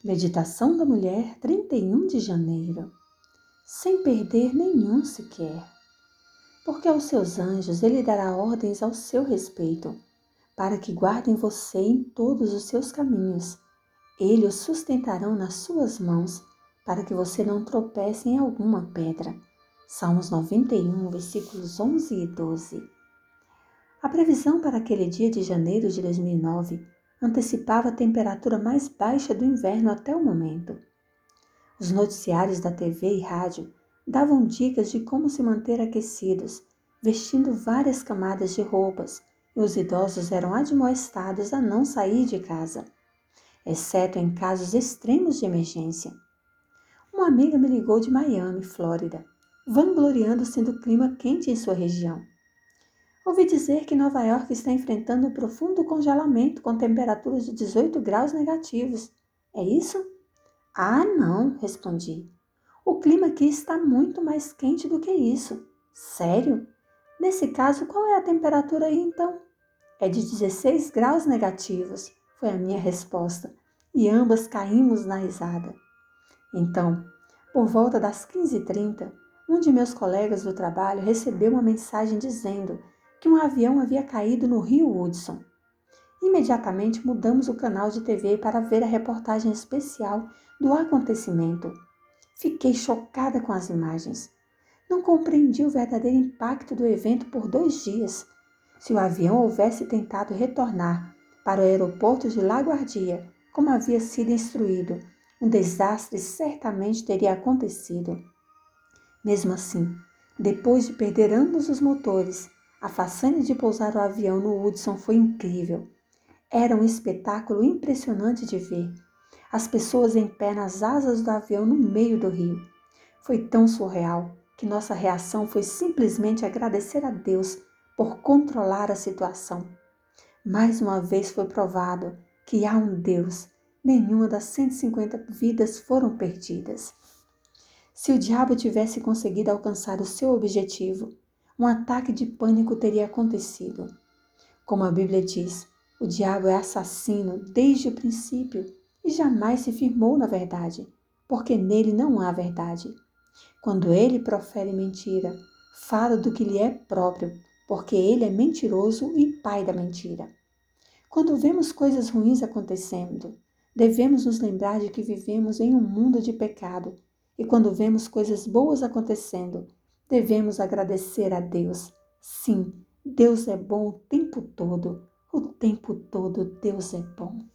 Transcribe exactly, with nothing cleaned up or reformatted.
Meditação da Mulher, trinta e um de janeiro. Sem perder nenhum sequer. Porque aos seus anjos ele dará ordens ao seu respeito, para que guardem você em todos os seus caminhos. Eles o sustentarão nas suas mãos, para que você não tropece em alguma pedra. Salmos noventa e um, versículos onze e doze. A previsão para aquele dia de janeiro de dois mil e nove antecipava a temperatura mais baixa do inverno até o momento. Os noticiários da T V e rádio davam dicas de como se manter aquecidos, vestindo várias camadas de roupas, e os idosos eram admoestados a não sair de casa, exceto em casos extremos de emergência. Uma amiga me ligou de Miami, Flórida, vangloriando-se do clima quente em sua região. Ouvi dizer que Nova York está enfrentando um profundo congelamento com temperaturas de dezoito graus negativos. É isso? Ah, não, respondi. O clima aqui está muito mais quente do que isso. Sério? Nesse caso, qual é a temperatura aí então? É de dezesseis graus negativos, foi a minha resposta, e ambas caímos na risada. Então, por volta das quinze e trinta, um de meus colegas do trabalho recebeu uma mensagem dizendo que um avião havia caído no rio Hudson. Imediatamente mudamos o canal de T V para ver a reportagem especial do acontecimento. Fiquei chocada com as imagens. Não compreendi o verdadeiro impacto do evento por dois dias. Se o avião houvesse tentado retornar para o aeroporto de LaGuardia, como havia sido instruído, um desastre certamente teria acontecido. Mesmo assim, depois de perder ambos os motores, a façanha de pousar o avião no Hudson foi incrível. Era um espetáculo impressionante de ver. As pessoas em pé nas asas do avião no meio do rio. Foi tão surreal que nossa reação foi simplesmente agradecer a Deus por controlar a situação. Mais uma vez foi provado que há um Deus. Nenhuma das cento e cinquenta vidas foram perdidas. Se o diabo tivesse conseguido alcançar o seu objetivo, um ataque de pânico teria acontecido. Como a Bíblia diz, o diabo é assassino desde o princípio e jamais se firmou na verdade, porque nele não há verdade. Quando ele profere mentira, fala do que lhe é próprio, porque ele é mentiroso e pai da mentira. Quando vemos coisas ruins acontecendo, devemos nos lembrar de que vivemos em um mundo de pecado, e quando vemos coisas boas acontecendo, devemos agradecer a Deus. Sim, Deus é bom o tempo todo. O tempo todo Deus é bom.